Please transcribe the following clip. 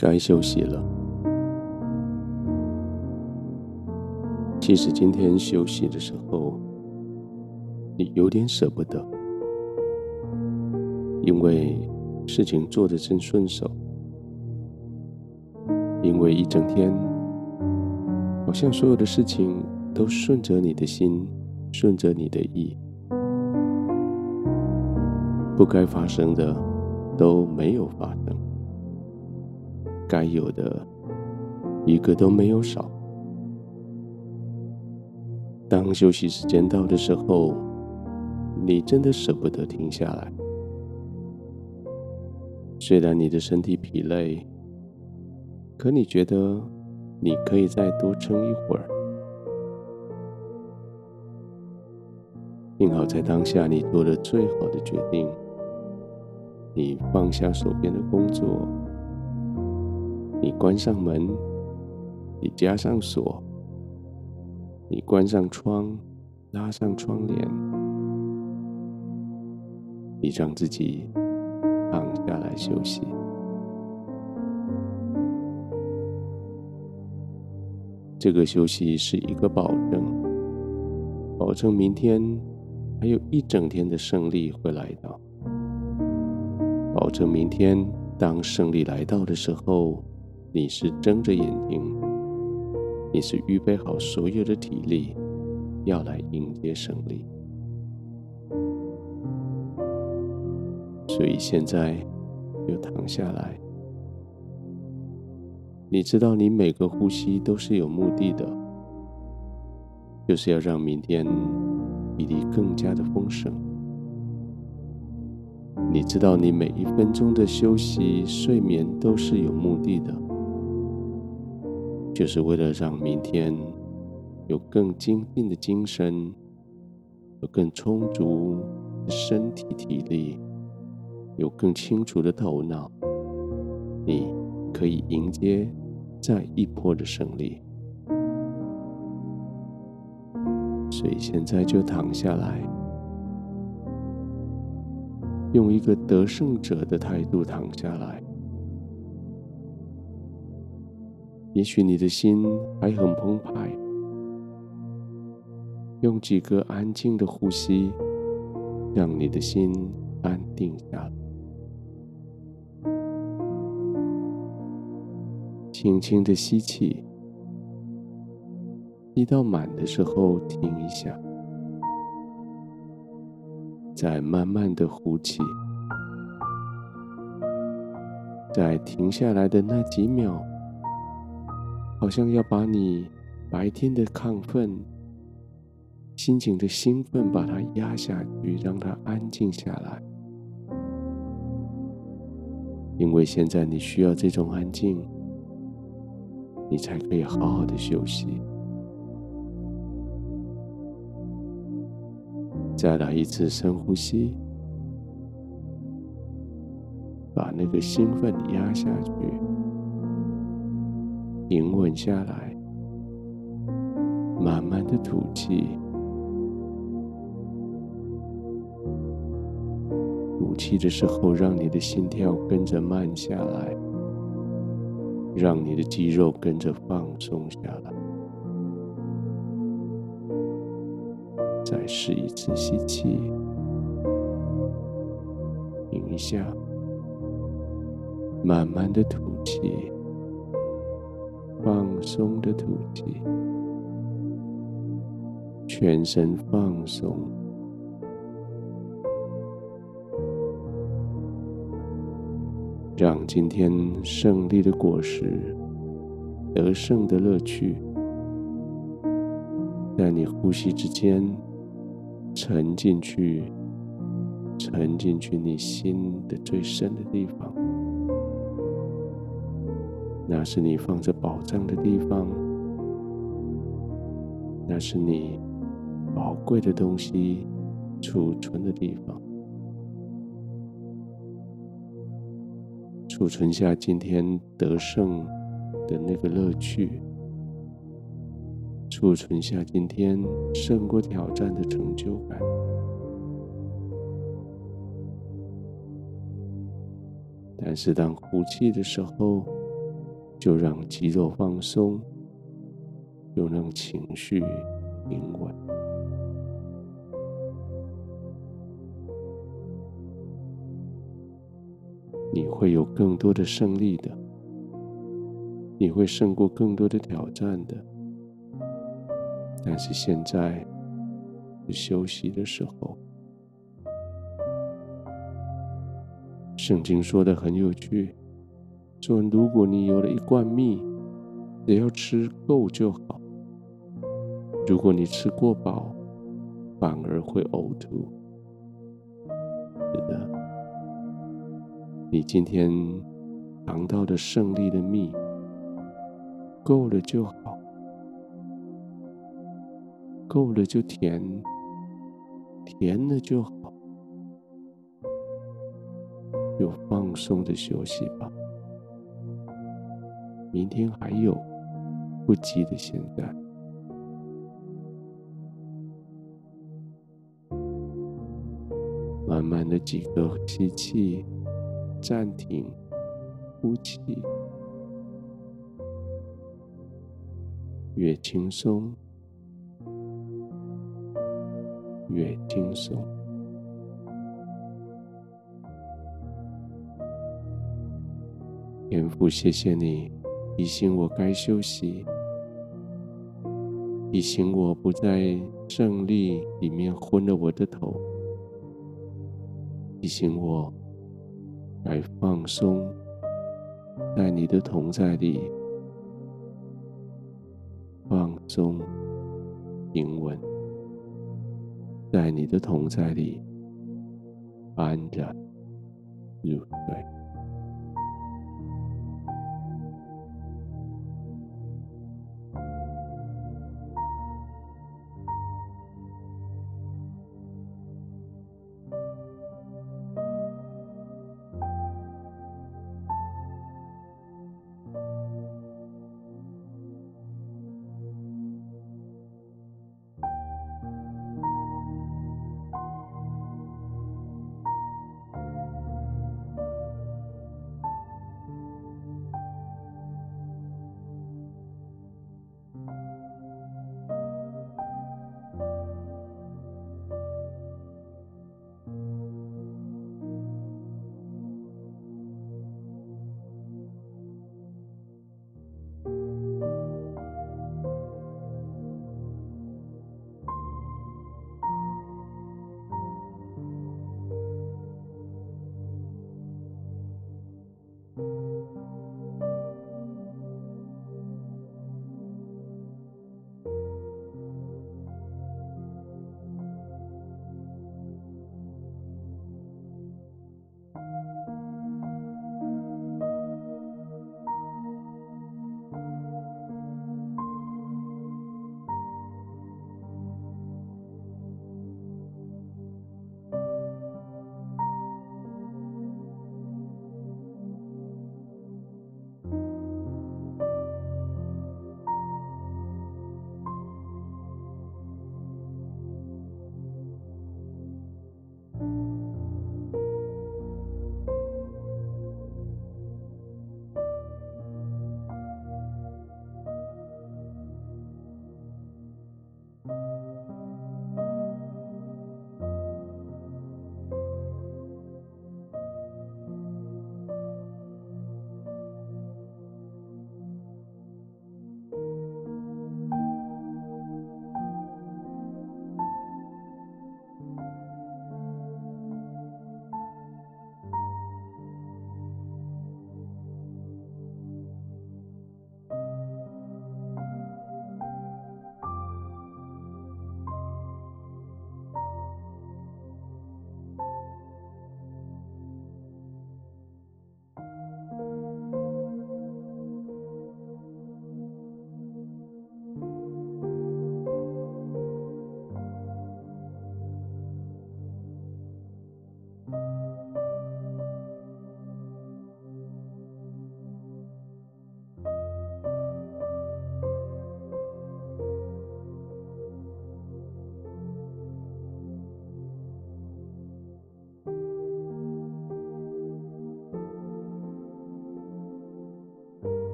该休息了。其实今天休息的时候，你有点舍不得，因为事情做得真顺手，因为一整天好像所有的事情都顺着你的心，顺着你的意，不该发生的都没有发生，该有的一个都没有少。当休息时间到的时候，你真的舍不得停下来。虽然你的身体疲累，可你觉得你可以再多撑一会儿。幸好在当下你做了最好的决定，你放下手边的工作，你关上门，你加上锁，你关上窗，拉上窗帘，你让自己躺下来休息。这个休息是一个保证，保证明天还有一整天的胜利会来到，保证明天当胜利来到的时候，你是睁着眼睛，你是预备好所有的体力要来迎接胜利。所以现在就躺下来，你知道你每个呼吸都是有目的的，就是要让明天体力更加的丰盛。你知道你每一分钟的休息睡眠都是有目的的，就是为了让明天有更精进的精神，有更充足的身体体力，有更清楚的头脑，你可以迎接再一波的胜利。所以现在就躺下来，用一个得胜者的态度躺下来。也许你的心还很澎湃，用几个安静的呼吸，让你的心安定下来。轻轻的吸气，吸到满的时候停一下，再慢慢的呼气。在停下来的那几秒，好像要把你白天的亢奋、心情的兴奋把它压下去，让它安静下来。因为现在你需要这种安静，你才可以好好的休息。再来一次深呼吸，把那个兴奋压下去，平稳下来，慢慢的吐气。吐气的时候，让你的心跳跟着慢下来，让你的肌肉跟着放松下来。再试一次吸气，停一下，慢慢的吐气，放松的吐气，全身放松。让今天胜利的果实，得胜的乐趣，在你呼吸之间沉进去，沉进去你心的最深的地方。那是你放着宝藏的地方，那是你宝贵的东西储存的地方。储存下今天得胜的那个乐趣，储存下今天胜过挑战的成就感。但是当呼气的时候， 就让肌肉放松，就让情绪平稳。你会有更多的胜利的，你会胜过更多的挑战的。但是现在是休息的时候。圣经说得很有趣，说如果你有了一罐蜜，只要吃够就好。如果你吃过饱，反而会呕吐。是的，你今天尝到的胜利的蜜，够了就好，够了就甜，甜了就好，就放松的休息吧。明天还有，不急的现在。慢慢的几个吸气，暂停，呼气，越轻松越轻松。天父，谢谢你提醒我该休息，提醒我不在胜利里面昏了我的头，提醒我该放松，在你的同在里放松平稳，在你的同在里安然入睡。